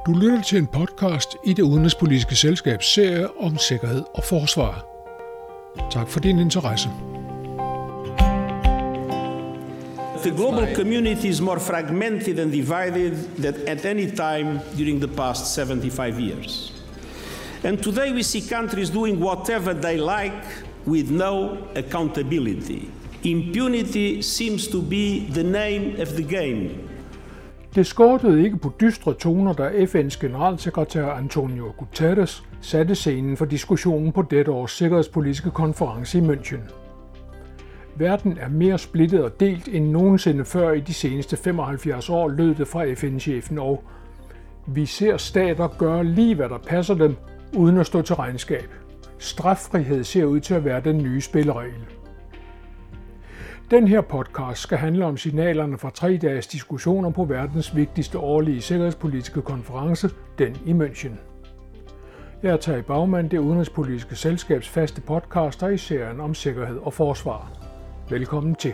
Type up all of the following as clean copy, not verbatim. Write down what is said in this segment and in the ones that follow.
Du lytter til en podcast i Det Udenrigspolitiske Selskabs serie om sikkerhed og forsvar. Tak for din interesse. The global community is more fragmented and divided than at any time during the past 75 years. And today we see countries doing whatever they like with no accountability. Impunity seems to be the name of the game. Det skortede ikke på dystre toner, da FN's generalsekretær Antonio Guterres satte scenen for diskussionen på dette års sikkerhedspolitiske konference i München. Verden er mere splittet og delt end nogensinde før i de seneste 75 år, lød det fra FN-chefen, og vi ser stater gøre lige hvad der passer dem, uden at stå til regnskab. Straffrihed ser ud til at være den nye spilleregel. Den her podcast skal handle om signalerne fra 3 dages diskussioner på verdens vigtigste årlige sikkerhedspolitiske konference, den i München. Jeg er Terje Bagmann, Det Udenrigspolitiske Selskabs faste podcaster i serien om sikkerhed og forsvar. Velkommen til.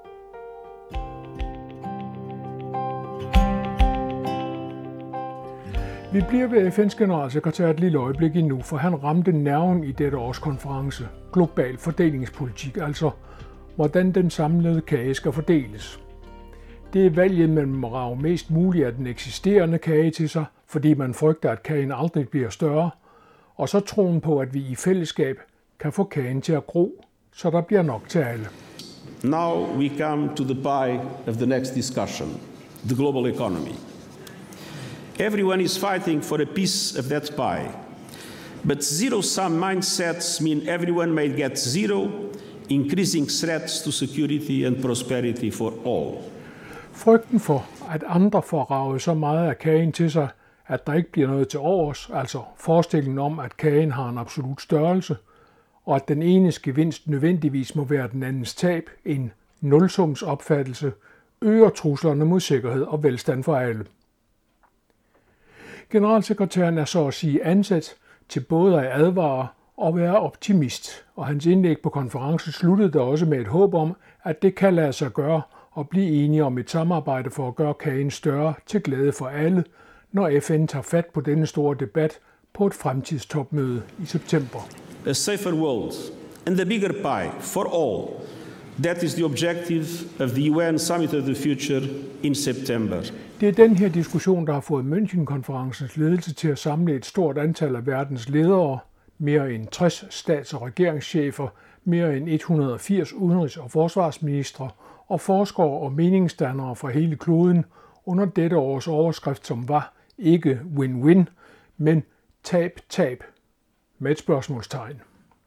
Vi bliver ved FN's generalsekretær et lille øjeblik endnu, for han ramte nerven i dette års konference. Global fordelingspolitik, altså hvordan den samlede kage skal fordeles. Det er valget mellem at rage mest muligt af den eksisterende kage til sig, fordi man frygter, at kagen aldrig bliver større, og så troen på, at vi i fællesskab kan få kagen til at gro, så der bliver nok til alle. Now we come to the pie of the next discussion, the global economy. Everyone is fighting for a piece of that pie, but zero-sum mindsets mean everyone may get zero, increasing threats to security and prosperity for all. Frygten for, at andre får raget så meget af kagen til sig, at der ikke bliver noget til overs, altså forestillingen om, at kagen har en absolut størrelse, og at den enes gevinst nødvendigvis må være den andens tab, en nulsumsopfattelse, øger truslerne mod sikkerhed og velstand for alle. Generalsekretæren er så at sige ansat til både at advare og være optimist, og hans indlæg på konferencen sluttede da også med et håb om, at det kan lade sig gøre og blive enige om et samarbejde for at gøre kagen større til glæde for alle, når FN tager fat på denne store debat på et fremtidstopmøde i september. A safer world and the bigger pie for all. That is the objective of the UN Summit of the Future in September. Det er den her diskussion, der har fået München-konferencens ledelse til at samle et stort antal af verdens ledere, mere end 60 stats- og regeringschefer, mere end 180 udenrigs- og forsvarsministre og forskere og meningsdannere fra hele kloden under dette års overskrift, som var ikke win-win, men tab-tab med et spørgsmålstegn.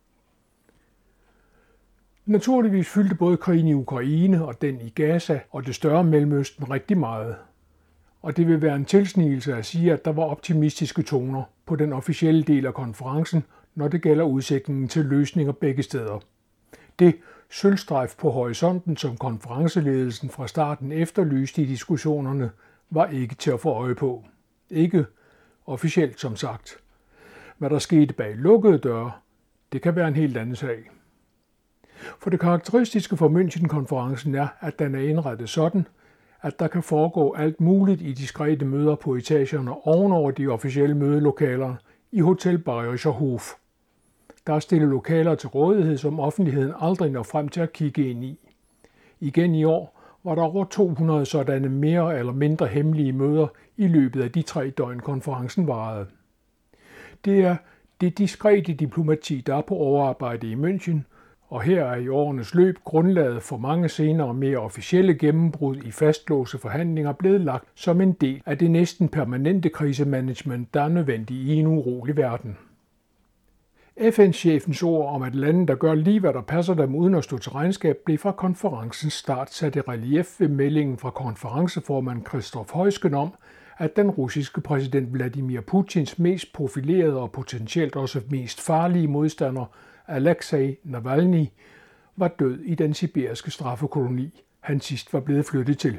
Naturligvis fyldte både krigen i Ukraine og den i Gaza og det større Mellemøsten rigtig meget. Og det vil være en tilsnigelse at sige, at der var optimistiske toner på den officielle del af konferencen, når det gælder udsigten til løsninger begge steder. Det sølvstrejf på horisonten, som konferenceledelsen fra starten efterlyste i diskussionerne, var ikke til at få øje på. Ikke officielt som sagt. Hvad der skete bag lukkede døre, det kan være en helt anden sag. For det karakteristiske for München-konferencen er, at den er indrettet sådan, at der kan foregå alt muligt i diskrete møder på etagerne ovenover de officielle mødelokaler i Hotel Bayerischer Hof. Der er stillet lokaler til rådighed, som offentligheden aldrig når frem til at kigge ind i. Igen i år var der over 200 sådanne mere eller mindre hemmelige møder i løbet af de 3 døgn konferencen varede. Det er det diskrete diplomati, der er på overarbejde i München, og her er i årenes løb grundlaget for mange senere mere officielle gennembrud i fastlåste forhandlinger blevet lagt som en del af det næsten permanente krisemanagement, der er nødvendigt i en urolig verden. FN-chefens ord om, at lande, der gør lige hvad der passer dem uden at stå til regnskab, blev fra konferencens start sat i relief ved meldingen fra konferenceformand Christoph Heusgen om, at den russiske præsident Vladimir Putins mest profilerede og potentielt også mest farlige modstander, Alexei Navalny, var død i den sibiriske straffekoloni, han sidst var blevet flyttet til.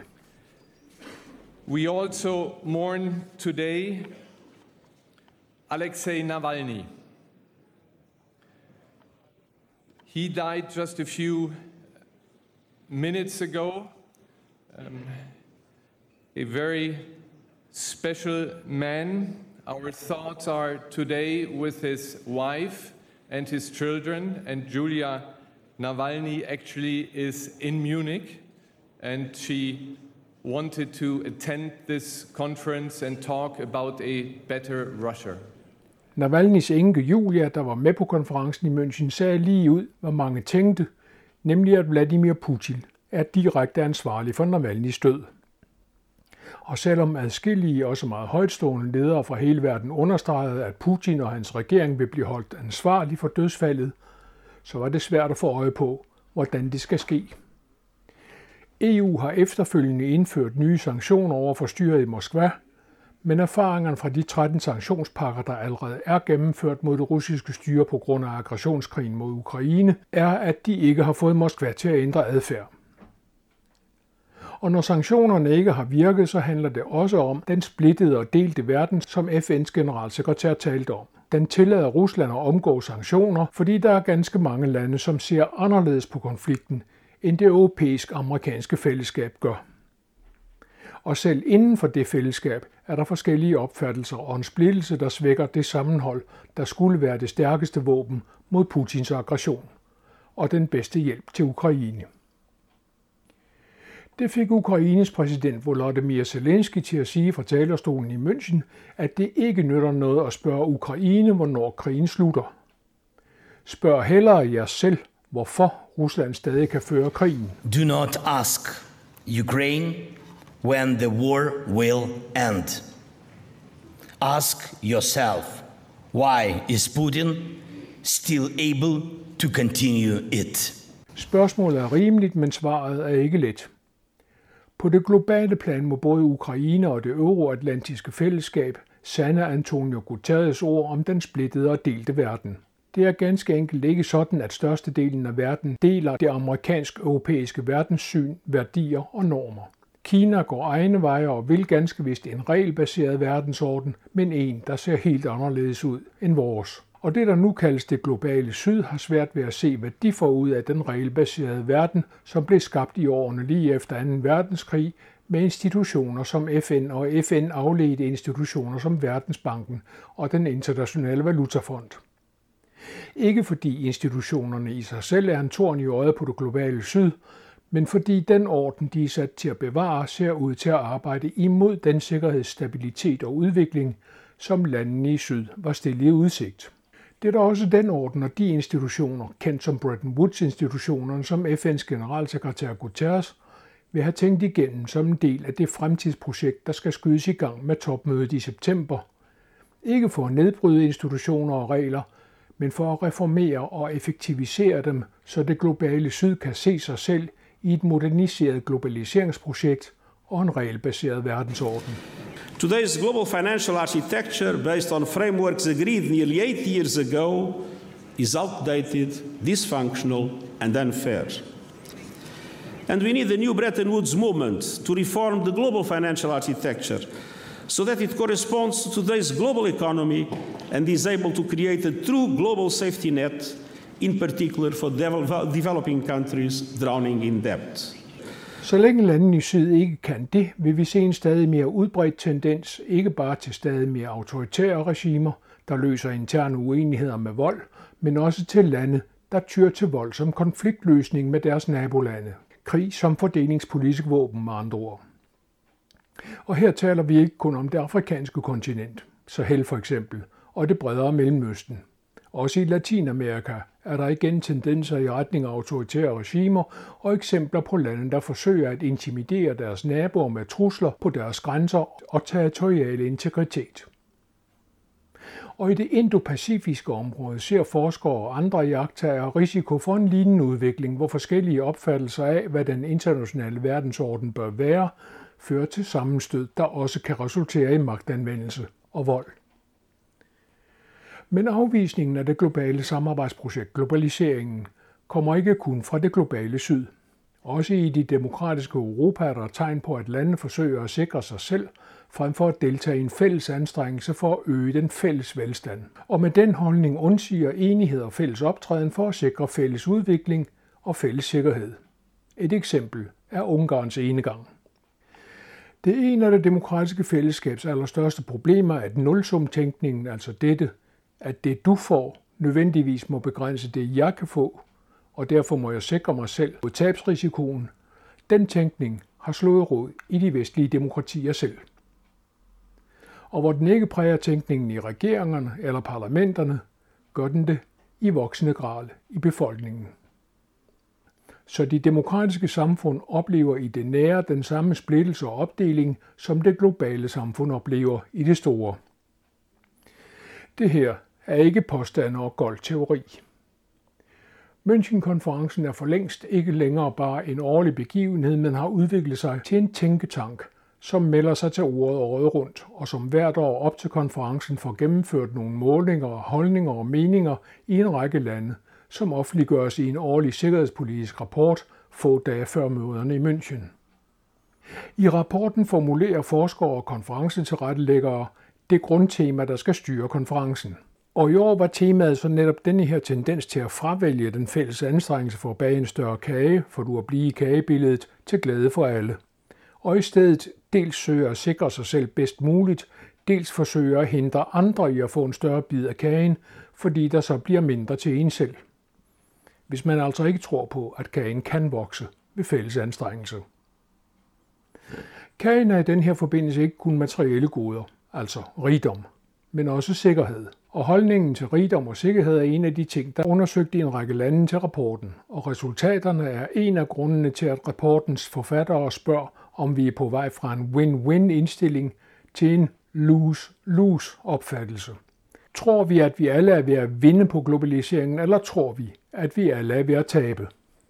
We also mourn today Alexei Navalny. He died just a few minutes ago. A very special man. Our thoughts are today with his wife and his children, and Julia Navalny actually is in Munich, and she wanted to attend this conference and talk about a better Russia. Navalnys enke Julia, der var med på konferencen i München, sagde lige ud, hvad mange tænkte, nemlig at Vladimir Putin er direkte ansvarlig for Navalnys død. Og selvom adskillige også meget højtstående ledere fra hele verden understregede, at Putin og hans regering vil blive holdt ansvarlig for dødsfaldet, så var det svært at få øje på, hvordan det skal ske. EU har efterfølgende indført nye sanktioner over for styret i Moskva, men erfaringerne fra de 13 sanktionspakker, der allerede er gennemført mod det russiske styre på grund af aggressionskrigen mod Ukraine, er, at de ikke har fået Moskva til at ændre adfærd. Og når sanktionerne ikke har virket, så handler det også om den splittede og delte verden, som FN's generalsekretær talte om. Den tillader Rusland at omgå sanktioner, fordi der er ganske mange lande, som ser anderledes på konflikten, end det europæisk-amerikanske fællesskab gør. Og selv inden for det fællesskab er der forskellige opfattelser og en splittelse, der svækker det sammenhold, der skulle være det stærkeste våben mod Putins aggression og den bedste hjælp til Ukraine. Det fik Ukraines præsident Volodymyr Zelensky til at sige fra talerstolen i München, at det ikke nytter noget at spørge Ukraine, hvornår krigen slutter. Spørg hellere jer selv, hvorfor Rusland stadig kan føre krigen. Do not ask Ukraine when the war will end. Ask yourself, why is Putin still able to continue it? Spørgsmålet er rimeligt, men svaret er ikke let. På det globale plan må både Ukraine og det euroatlantiske fællesskab sande Antonio Guterres ord om den splittede og delte verden. Det er ganske enkelt ikke sådan, at størstedelen af verden deler det amerikansk-europæiske verdenssyn, værdier og normer. Kina går egne veje og vil ganske vist en regelbaseret verdensorden, men en, der ser helt anderledes ud end vores. Og det, der nu kaldes det globale syd, har svært ved at se, hvad de får ud af den regelbaserede verden, som blev skabt i årene lige efter 2. verdenskrig, med institutioner som FN og FN-afledte institutioner som Verdensbanken og den internationale valutafond. Ikke fordi institutionerne i sig selv er en torn i øjet på det globale syd, men fordi den orden, de er sat til at bevare, ser ud til at arbejde imod den sikkerhedsstabilitet og udvikling, som landene i syd var stillet i udsigt. Det er da også den orden og de institutioner, kendt som Bretton Woods-institutionerne, som FN's generalsekretær Guterres vil have tænkt igennem som en del af det fremtidsprojekt, der skal skydes i gang med topmødet i september. Ikke for at nedbryde institutioner og regler, men for at reformere og effektivisere dem, så det globale syd kan se sig selv i et moderniseret globaliseringsprojekt og en regelbaseret verdensorden. Today's global financial architecture, based on frameworks agreed nearly 8 years ago, is outdated, dysfunctional, and unfair. And we need a new Bretton Woods movement to reform the global financial architecture so that it corresponds to today's global economy and is able to create a true global safety net, in particular for developing countries drowning in debt. Så længe landene i syd ikke kan det, vil vi se en stadig mere udbredt tendens, ikke bare til stadig mere autoritære regimer, der løser interne uenigheder med vold, men også til lande, der tyr til vold som konfliktløsning med deres nabolande. Krig som fordelingspolitisk våben med andre ord. Og her taler vi ikke kun om det afrikanske kontinent, Sahel for eksempel, og det bredere Mellemøsten. Også i Latinamerika er der igen tendenser i retning af autoritære regimer og eksempler på lande, der forsøger at intimidere deres naboer med trusler på deres grænser og territoriale integritet. Og i det indo-pacifiske område ser forskere og andre iagttagere risiko for en lignende udvikling, hvor forskellige opfattelser af, hvad den internationale verdensorden bør være, fører til sammenstød, der også kan resultere i magtanvendelse og vold. Men afvisningen af det globale samarbejdsprojekt, globaliseringen, kommer ikke kun fra det globale syd. Også i de demokratiske Europa er der tegn på, at landene forsøger at sikre sig selv, frem for at deltage i en fælles anstrengelse for at øge den fælles velstand. Og med den holdning undsiger enighed og fælles optræden for at sikre fælles udvikling og fælles sikkerhed. Et eksempel er Ungarns enegang. Det er en af det demokratiske fællesskabs allerstørste problemer, at nulsumtænkningen, altså dette, at det du får, nødvendigvis må begrænse det jeg kan få, og derfor må jeg sikre mig selv mod tabsrisikoen, den tænkning har slået rod i de vestlige demokratier selv. Og hvor den ikke præger tænkningen i regeringerne eller parlamenterne, gør den det i voksende grad i befolkningen. Så de demokratiske samfund oplever i det nære den samme splittelse og opdeling, som det globale samfund oplever i det store. Det her er ikke påstande og gold teori. München-konferencen er for længst ikke længere bare en årlig begivenhed, men har udviklet sig til en tænketank, som melder sig til ordet året rundt, og som hvert år op til konferencen får gennemført nogle målinger, holdninger og meninger i en række lande, som offentliggøres i en årlig sikkerhedspolitisk rapport få dage før møderne i München. I rapporten formulerer forskere og konferencetilrettelæggere det grundtema, der skal styre konferencen. Og i år var temaet så netop denne her tendens til at fravælge den fælles anstrengelse for at bage en større kage, for du at blive i kagebilledet til glæde for alle. Og i stedet dels søger at sikre sig selv bedst muligt, dels forsøger at hindre andre i at få en større bid af kagen, fordi der så bliver mindre til en selv. Hvis man altså ikke tror på, at kagen kan vokse ved fælles anstrengelse. Kagen er i den her forbindelse ikke kun materielle goder, altså rigdom, men også sikkerhed. Og holdningen til rigdom og sikkerhed er en af de ting, der er undersøgt i en række lande til rapporten. Og resultaterne er en af grundene til, at rapportens forfattere spørger, om vi er på vej fra en win-win-indstilling til en lose-lose opfattelse. Tror vi, at vi alle er ved at vinde på globaliseringen, eller tror vi, at vi alle er ved at tabe?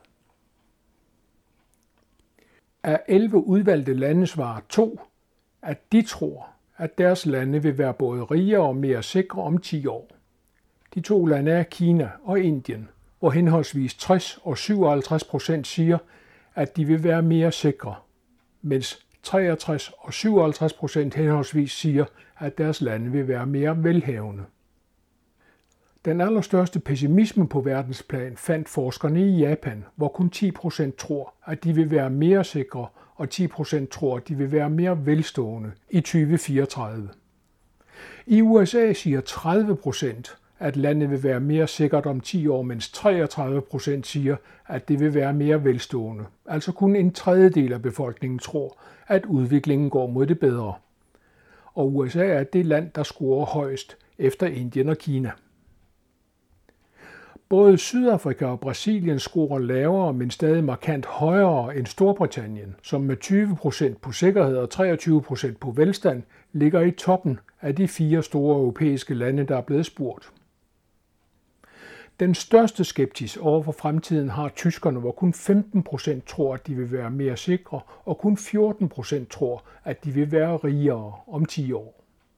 Af 11 udvalgte lande svarer 2, at de tror, at deres lande vil være både rigere og mere sikre om 10 år. De 2 lande er Kina og Indien, hvor henholdsvis 60 og 57% siger, at de vil være mere sikre, mens 63 og 57% henholdsvis siger, at deres lande vil være mere velhavende. Den allerstørste pessimisme på verdensplan fandt forskerne i Japan, hvor kun 10% tror, at de vil være mere sikre, og 10% tror, at de vil være mere velstående i 2034. I USA siger 30%, at landet vil være mere sikkert om 10 år, mens 33% siger, at det vil være mere velstående. Altså kun en tredjedel af befolkningen tror, at udviklingen går mod det bedre. Og USA er det land, der scorer højst efter Indien og Kina. Både Sydafrika og Brasilien scorer lavere, men stadig markant højere end Storbritannien, som med 20% på sikkerhed og 23% på velstand ligger i toppen af de 4 store europæiske lande, der er blevet spurgt. Den største skepsis over for fremtiden har tyskerne, hvor kun 15% tror, at de vil være mere sikre, og kun 14% tror, at de vil være rigere om 10 år.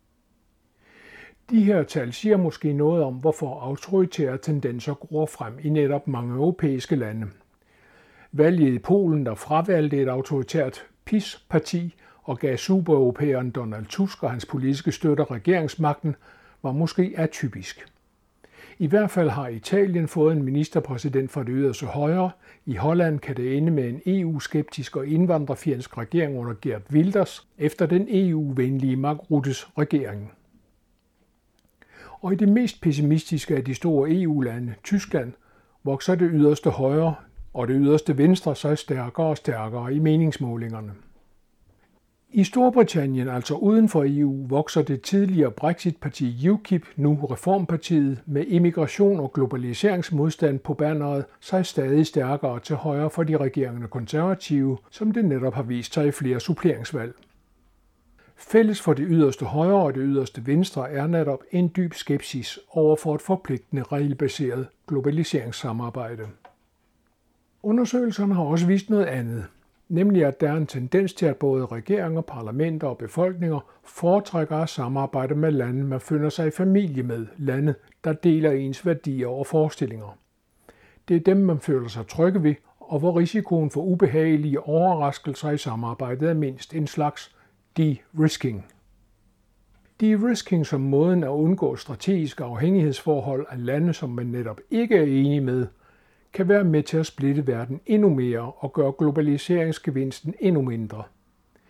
De her tal siger måske noget om, hvorfor autoritære tendenser gror frem i netop mange europæiske lande. Valget i Polen, der fravalgte et autoritært PiS-parti og gav supereuropæeren Donald Tusk og hans politiske støtter regeringsmagten, var måske atypisk. I hvert fald har Italien fået en ministerpræsident fra det yderste højre. I Holland kan det ende med en EU-skeptisk og indvandrerfjendsk regering under Geert Wilders efter den EU-venlige Mark Ruttes regering. Og i det mest pessimistiske af de store EU-lande, Tyskland, vokser det yderste højre og det yderste venstre sig stærkere og stærkere i meningsmålingerne. I Storbritannien, altså uden for EU, vokser det tidligere Brexit-parti UKIP, nu Reformpartiet, med immigration og globaliseringsmodstand på banneret sig stadig stærkere til højre for de regerende konservative, som det netop har vist sig i flere suppleringsvalg. Fælles for det yderste højre og det yderste venstre er netop en dyb skepsis over for et forpligtende regelbaseret globaliseringssamarbejde. Undersøgelserne har også vist noget andet, nemlig at der er en tendens til, at både regeringer, parlamenter og befolkninger foretrækker at samarbejde med lande, man finder sig i familie med, lande, der deler ens værdier og forestillinger. Det er dem, man føler sig trygge ved, og hvor risikoen for ubehagelige overraskelser i samarbejdet er mindst en slags de-risking. De-risking som måden at undgå strategiske afhængighedsforhold af lande, som man netop ikke er enige med, kan være med til at splitte verden endnu mere og gøre globaliseringsgevinsten endnu mindre.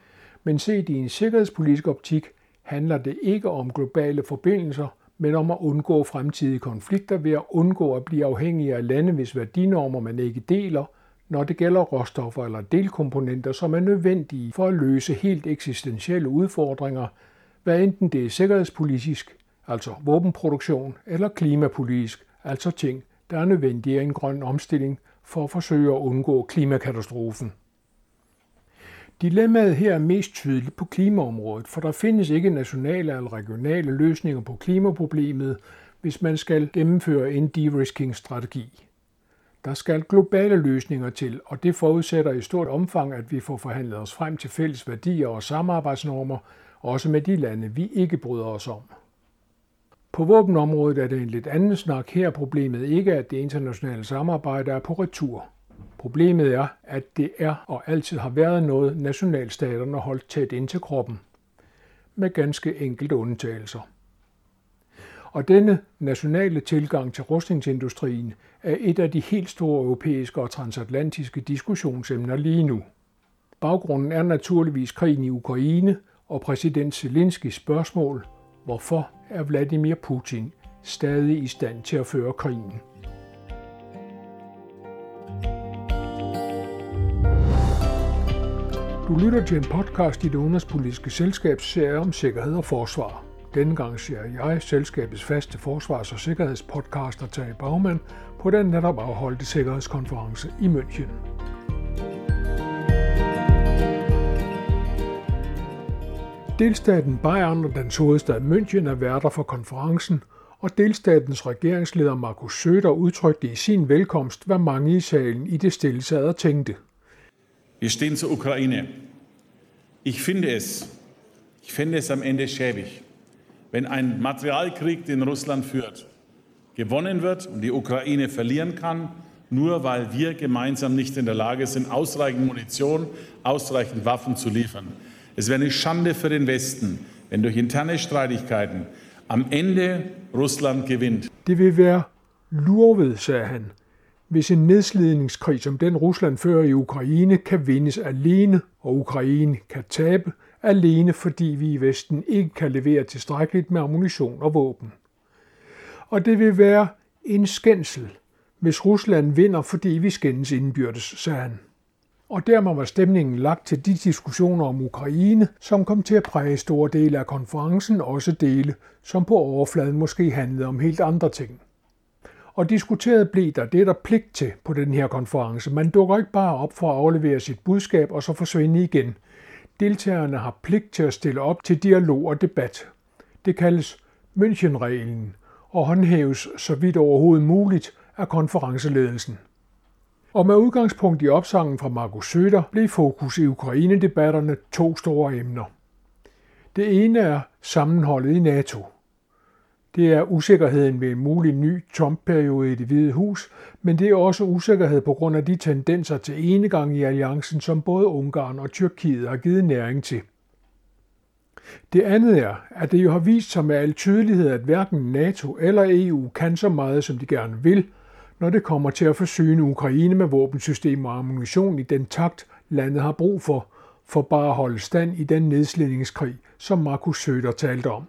Men set i en sikkerhedspolitisk optik handler det ikke om globale forbindelser, men om at undgå fremtidige konflikter ved at undgå at blive afhængige af lande, hvis værdinormer man ikke deler, når det gælder råstoffer eller delkomponenter, som er nødvendige for at løse helt eksistentielle udfordringer, hvad enten det er sikkerhedspolitisk, altså våbenproduktion, eller klimapolitisk, altså ting, der er nødvendige i en grøn omstilling for at forsøge at undgå klimakatastrofen. Dilemmaet her er mest tydeligt på klimaområdet, for der findes ikke nationale eller regionale løsninger på klimaproblemet, hvis man skal gennemføre en de-risking-strategi. Der skal globale løsninger til, og det forudsætter i stort omfang, at vi får forhandlet os frem til fælles værdier og samarbejdsnormer, også med de lande, vi ikke bryder os om. På våbenområdet er det en lidt anden snak. Her er problemet ikke, at det internationale samarbejde er på retur. Problemet er, at det er og altid har været noget, nationalstaterne holdt tæt ind til kroppen, med ganske enkelte undtagelser. Og denne nationale tilgang til rustningsindustrien er et af de helt store europæiske og transatlantiske diskussionsemner lige nu. Baggrunden er naturligvis krigen i Ukraine og præsident Zelenskys spørgsmål: hvorfor er Vladimir Putin stadig i stand til at føre krigen? Du lytter til en podcast i Det Udenrigspolitiske Selskabs serie om sikkerhed og forsvar. Denne gang ser jeg selskabets faste forsvars- og sikkerhedspodcaster Tage Bagman på den netop afholdte sikkerhedskonference i München. Delstaten Bayern og dens hovedstad München er værter for konferencen, og delstatens regeringsleder Markus Söder udtrykte i sin velkomst, hvad mange i salen i det stille sad og tænkte. Wir stehen zur Ukraine. Ich finde es am Ende schäbig, wenn ein Materialkrieg, den Russland führt, gewonnen wird und die Ukraine verlieren kann, nur weil wir gemeinsam nicht in der Lage sind, ausreichend Munition, ausreichend Waffen zu liefern. Es wäre eine Schande für den Westen, wenn durch interne Streitigkeiten am Ende Russland gewinnt. Det vil være lurvet, sagde han, hvis en nedslidningskrig som den Rusland fører i Ukraine kan vindes alene, og Ukraine kan tabe alene, fordi vi i Vesten ikke kan levere tilstrækkeligt med ammunition og våben. Og det vil være en skændsel, hvis Rusland vinder, fordi vi skændes indbyrdes, sagde han. Og dermed var stemningen lagt til de diskussioner om Ukraine, som kom til at præge store dele af konferencen, også dele, som på overfladen måske handlede om helt andre ting. Og diskuteret blev det er der pligt til på den her konference. Man dukker ikke bare op for at aflevere sit budskab og så forsvinde igen. Deltagerne har pligt til at stille op til dialog og debat. Det kaldes München-reglen og håndhæves så vidt overhovedet muligt af konferenceledelsen. Og med udgangspunkt i opsangen fra Markus Söder blev fokus i Ukraine-debatterne 2 store emner. Det ene er sammenholdet i NATO. Det er usikkerheden ved en mulig ny Trump-periode i Det Hvide Hus, men det er også usikkerhed på grund af de tendenser til enegang i alliancen, som både Ungarn og Tyrkiet har givet næring til. Det andet er, at det jo har vist sig med al tydelighed, at hverken NATO eller EU kan så meget, som de gerne vil, når det kommer til at forsyne Ukraine med våbensystemer og ammunition i den takt, landet har brug for bare at holde stand i den nedslidningskrig, som Markus Söder talte om.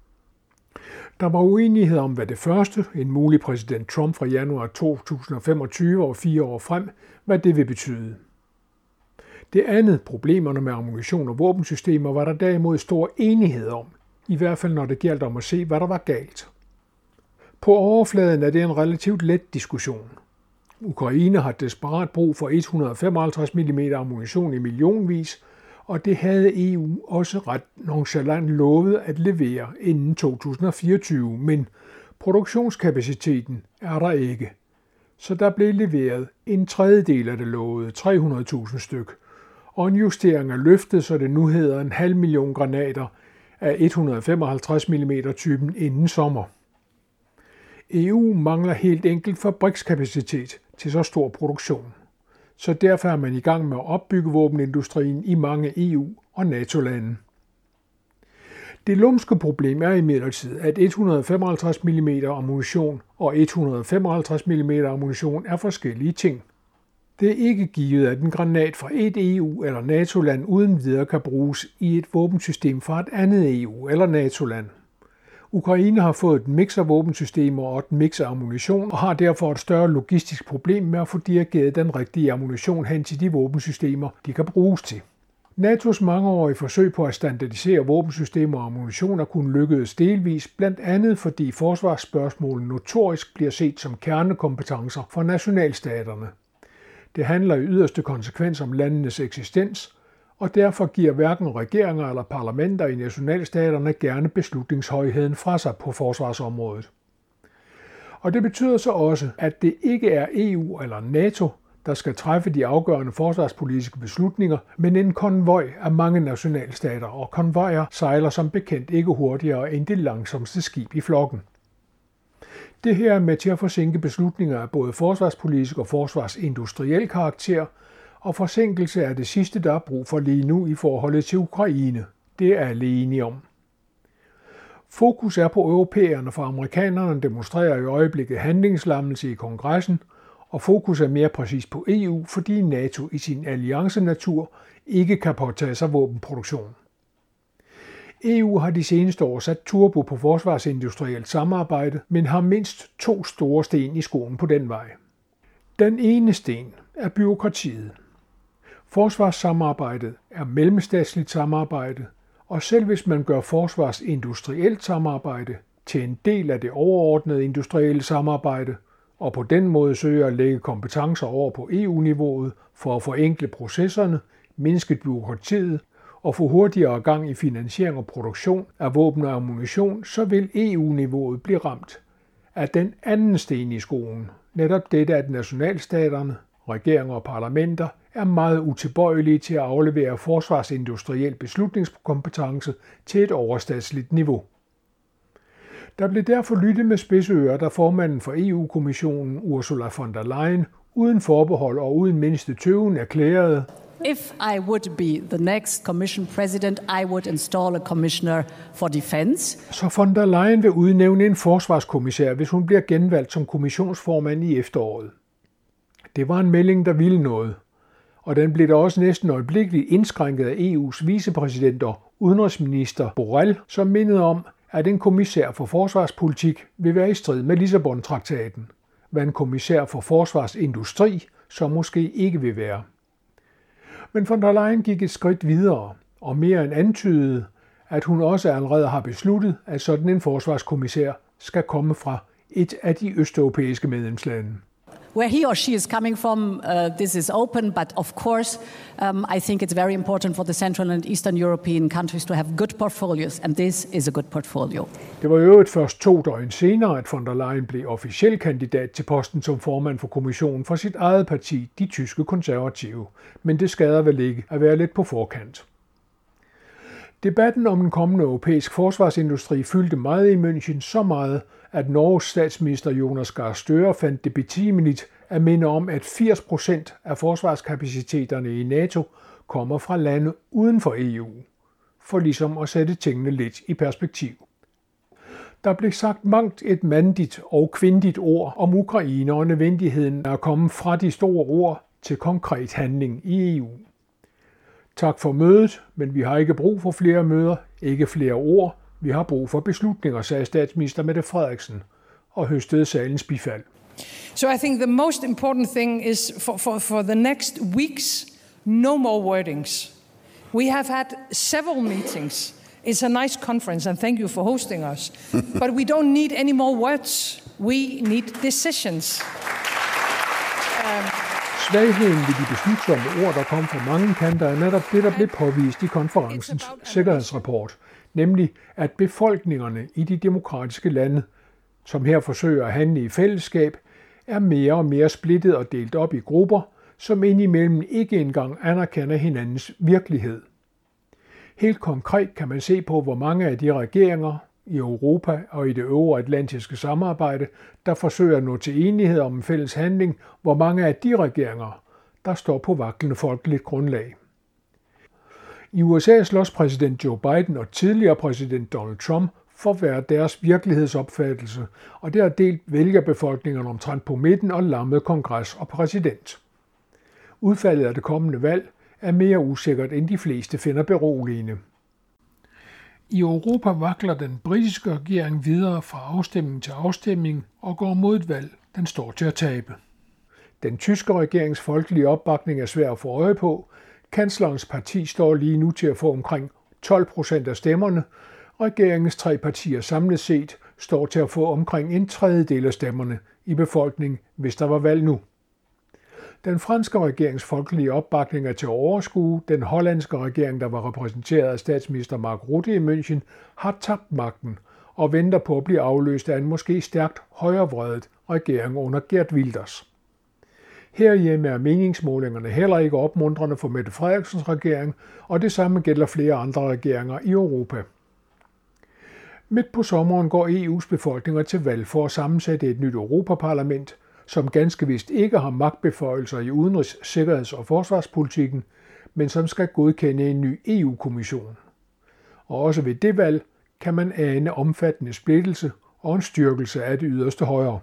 Der var uenighed om, hvad det første, en mulig præsident Trump fra januar 2025 og 4 år frem, hvad det vil betyde. Det andet, problemerne med ammunition og våbensystemer, var der derimod stor enighed om, i hvert fald når det gjaldt om at se, hvad der var galt. På overfladen er det en relativt let diskussion. Ukraine har desperat brug for 155 mm ammunition i millionvis, og det havde EU også ret nonchalant lovet at levere inden 2024, men produktionskapaciteten er der ikke. Så der blev leveret en tredjedel af det lovede, 300.000 styk, og en justering af løftet, så det nu hedder 500.000 granater af 155 mm typen inden sommer. EU mangler helt enkelt fabrikskapacitet til så stor produktion. Så derfor er man i gang med at opbygge våbenindustrien i mange EU- og NATO-lande. Det lumske problem er imidlertid, at 155 mm ammunition og 155 mm ammunition er forskellige ting. Det er ikke givet, at en granat fra et EU- eller NATO-land uden videre kan bruges i et våbensystem fra et andet EU- eller NATO-land. Ukraine har fået et mix af våbensystemer og et mix af ammunition og har derfor et større logistisk problem med at få dirigeret den rigtige ammunition hen til de våbensystemer, de kan bruges til. NATO's mangeårige forsøg på at standardisere våbensystemer og ammunition er kun lykkedes delvis, blandt andet fordi forsvarsspørgsmål notorisk bliver set som kernekompetencer for nationalstaterne. Det handler i yderste konsekvens om landenes eksistens, og derfor giver hverken regeringer eller parlamenter i nationalstaterne gerne beslutningshøjheden fra sig på forsvarsområdet. Og det betyder så også, at det ikke er EU eller NATO, der skal træffe de afgørende forsvarspolitiske beslutninger, men en konvoj af mange nationalstater, og konvojer sejler som bekendt ikke hurtigere end det langsomste skib i flokken. Det her er med til at forsinke beslutninger af både forsvarspolitisk og forsvarsindustriel karakter, og forsinkelse er det sidste, der er brug for lige nu i forholdet til Ukraine. Det er alle enige om. Fokus er på europæerne, for amerikanerne demonstrerer i øjeblikket handlingslammelse i kongressen, og fokus er mere præcis på EU, fordi NATO i sin alliancenatur ikke kan påtage sig våbenproduktion. EU har de seneste år sat turbo på forsvarsindustrielt samarbejde, men har mindst 2 store sten i skoen på den vej. Den ene sten er byråkratiet. Forsvarssamarbejdet er mellemstatsligt samarbejde, og selv hvis man gør forsvarsindustrielt samarbejde til en del af det overordnede industrielle samarbejde, og på den måde søger at lægge kompetencer over på EU-niveauet for at forenkle processerne, mindske bureaukratiet og få hurtigere gang i finansiering og produktion af våben og ammunition, så vil EU-niveauet blive ramt af den anden sten i skoen. Netop dette, at nationalstaterne, regeringer og parlamenter er meget utilbøjelige til at aflevere forsvarsindustriel beslutningskompetence til et overstatsligt niveau. Der blev derfor lyttet med spidse ører, da formanden for EU-kommissionen Ursula von der Leyen uden forbehold og uden mindste tøven erklærede: If I would be the next Commission President, I would install a Commissioner for Defense. Så von der Leyen vil udnævne en forsvarskommissær, hvis hun bliver genvalgt som kommissionsformand i efteråret. Det var en melding, der ville noget, og den blev da også næsten øjeblikkeligt indskrænket af EU's vicepræsident og udenrigsminister Borrell, som mindede om, at en kommissær for forsvarspolitik vil være i strid med Lissabon-traktaten, hvad en kommissær for forsvarsindustri så måske ikke vil være. Men von der Leyen gik et skridt videre og mere end antydede, at hun også allerede har besluttet, at sådan en forsvarskommissær skal komme fra et af de østeuropæiske medlemslande. Where he or she is coming from, this is open, but of course, I think it's very important for the Central and Eastern European countries to have good portfolios, and this is a good portfolio. Det var i øvrigt først 2 døgn senere, at von der Leyen blev officiel kandidat til posten som formand for kommissionen for sit eget parti, de tyske konservative. Men det skader vel ikke at være lidt på forkant. Debatten om den kommende europæisk forsvarsindustri fyldte meget i München, så meget, at Norges statsminister Jonas Gahr Støre fandt det betimeligt at minde om, at 80% af forsvarskapaciteterne i NATO kommer fra lande uden for EU, for ligesom at sætte tingene lidt i perspektiv. Der blev sagt mangt et mandigt og kvindigt ord om Ukraine og nødvendigheden af at komme fra de store ord til konkret handling i EU. Tak for mødet, men vi har ikke brug for flere møder, ikke flere ord. Vi har brug for beslutninger, sagde statsminister Mette Frederiksen og høstede salens bifald. So I think the most important thing is for the next weeks, no more wordings. We have had several meetings. It's a nice conference and thank you for hosting us. But we don't need any more words. We need decisions. Svagheden ved de beslutsomme ord, der kom fra mange kanter, er netop det, der blev påvist i konferencens sikkerhedsrapport, nemlig at befolkningerne i de demokratiske lande, som her forsøger at handle i fællesskab, er mere og mere splittet og delt op i grupper, som indimellem ikke engang anerkender hinandens virkelighed. Helt konkret kan man se på, hvor mange af de regeringer i Europa og i det øvre atlantiske samarbejde, der forsøger at nå til enighed om en fælles handling, hvor mange af de regeringer, der står på vaklende folkeligt grundlag. I USA slås præsident Joe Biden og tidligere præsident Donald Trump for hver deres virkelighedsopfattelse, og det har delt vælgerbefolkningerne omtrent på midten og lammet kongres og præsident. udfaldet af det kommende valg er mere usikkert, end de fleste finder beroligende. I Europa vakler den britiske regering videre fra afstemning til afstemning og går mod et valg, den står til at tabe. Den tyske regerings folkelige opbakning er svær at få øje på. Kanslerens parti står lige nu til at få omkring 12% af stemmerne. Regeringens 3 partier samlet set står til at få omkring en tredjedel af stemmerne i befolkningen, hvis der var valg nu. Den franske regerings folkelige opbakning er til at overskue. Den hollandske regering, der var repræsenteret af statsminister Mark Rutte i München, har tabt magten og venter på at blive afløst af en måske stærkt højrevredet regering under Geert Wilders. Herhjemme er meningsmålingerne heller ikke opmuntrende for Mette Frederiksens regering, og det samme gælder flere andre regeringer i Europa. Midt på sommeren går EU's befolkninger til valg for at sammensætte et nyt Europaparlament, som ganske vist ikke har magtbeføjelser i udenrigs-, sikkerheds- og forsvarspolitikken, men som skal godkende en ny EU-kommission. Og også ved det valg kan man ane omfattende splittelse og en styrkelse af det yderste højre.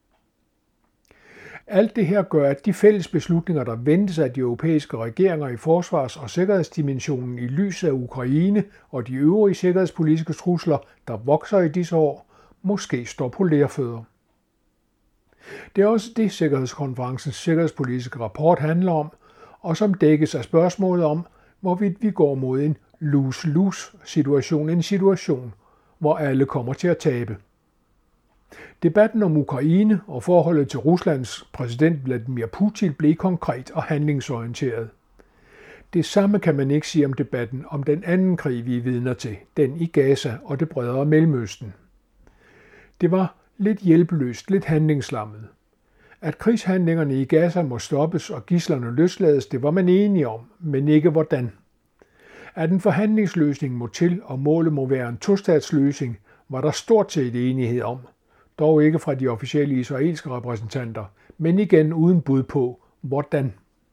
Alt det her gør, at de fælles beslutninger, der ventes af de europæiske regeringer i forsvars- og sikkerhedsdimensionen i lyset af Ukraine og de øvrige sikkerhedspolitiske trusler, der vokser i disse år, måske står på lerfødder. Det er også det, Sikkerhedskonferencens sikkerhedspolitiske rapport handler om, og som dækkes af spørgsmålet om, hvorvidt vi går mod en lose-lose-situation, en situation, hvor alle kommer til at tabe. Debatten om Ukraine og forholdet til Ruslands præsident Vladimir Putin blev konkret og handlingsorienteret. Det samme kan man ikke sige om debatten om den anden krig, vi er vidner til, den i Gaza og det bredere Mellemøsten. Det var lidt hjælpeløst, lidt handlingslammet. At krigshandlingerne i Gaza må stoppes og gidslerne løslades, det var man enige om, men ikke hvordan. At en forhandlingsløsning må til, og målet må være en tostatsløsning, var der stort set enighed om. Dog ikke fra de officielle israelske repræsentanter, men igen uden bud på, hvordan.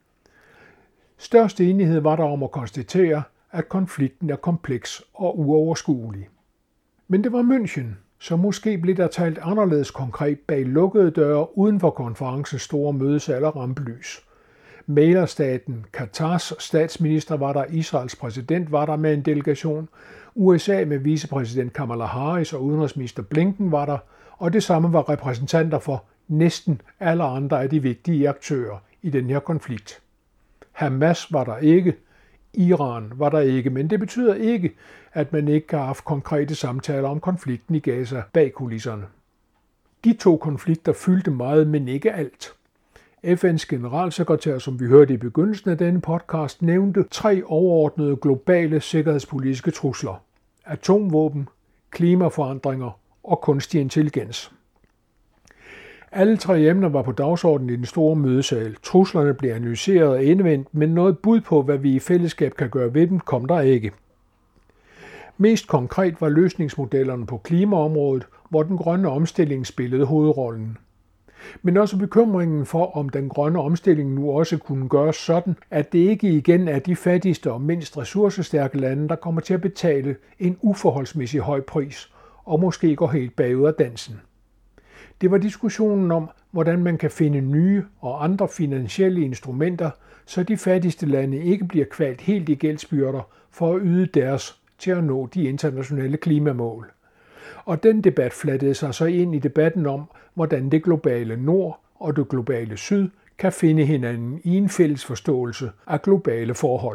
Størst enighed var der om at konstatere, at konflikten er kompleks og uoverskuelig. Men det var München, så måske blev der talt anderledes konkret bag lukkede døre uden for konferencens store mødesal og rampelys. Mæglerstaten Katars statsminister var der, Israels præsident var der med en delegation, USA med vicepræsident Kamala Harris og udenrigsminister Blinken var der, og det samme var repræsentanter for næsten alle andre af de vigtige aktører i den her konflikt. Hamas var der ikke, Iran var der ikke, men det betyder ikke, at man ikke har haft konkrete samtaler om konflikten i Gaza bag kulisserne. De 2 konflikter fyldte meget, men ikke alt. FN's generalsekretær, som vi hørte i begyndelsen af denne podcast, nævnte 3 overordnede globale sikkerhedspolitiske trusler: atomvåben, klimaforandringer og kunstig intelligens. Alle 3 emner var på dagsordenen i den store mødesal. Truslerne blev analyseret og indvendt, men noget bud på, hvad vi i fællesskab kan gøre ved dem, kom der ikke. Mest konkret var løsningsmodellerne på klimaområdet, hvor den grønne omstilling spillede hovedrollen. Men også bekymringen for, om den grønne omstilling nu også kunne gøres sådan, at det ikke igen er de fattigste og mindst ressourcestærke lande, der kommer til at betale en uforholdsmæssig høj pris, og måske går helt bagud af dansen. Det var diskussionen om, hvordan man kan finde nye og andre finansielle instrumenter, så de fattigste lande ikke bliver kvalt helt i gældsbyrder for at yde deres til at nå de internationale klimamål. Og den debat flattede sig så ind i debatten om, hvordan det globale nord og det globale syd kan finde hinanden i en fælles forståelse af globale forhold.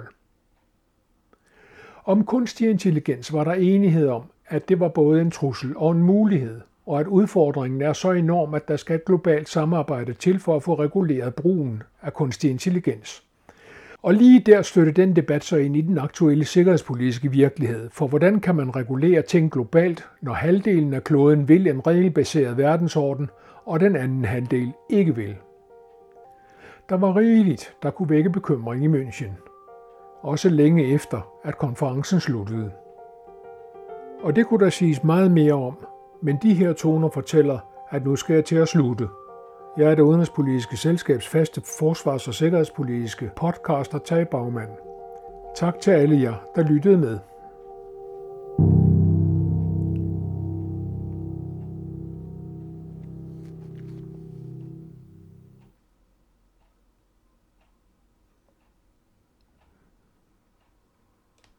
Om kunstig intelligens var der enighed om, at det var både en trussel og en mulighed, og at udfordringen er så enorm, at der skal et globalt samarbejde til for at få reguleret brugen af kunstig intelligens. Og lige der støtte den debat så ind i den aktuelle sikkerhedspolitiske virkelighed, for hvordan kan man regulere ting globalt, når halvdelen af kloden vil en regelbaseret verdensorden, og den anden halvdel ikke vil. Der var rigeligt, der kunne vække bekymring i München, også længe efter, at konferencen sluttede. Og det kunne der siges meget mere om, men de her toner fortæller, at nu skal jeg til at slutte. Jeg er det udenrigspolitiske selskabs faste forsvars- og sikkerhedspolitiske podcaster Tage Bagmand. Tak til alle jer, der lyttede med.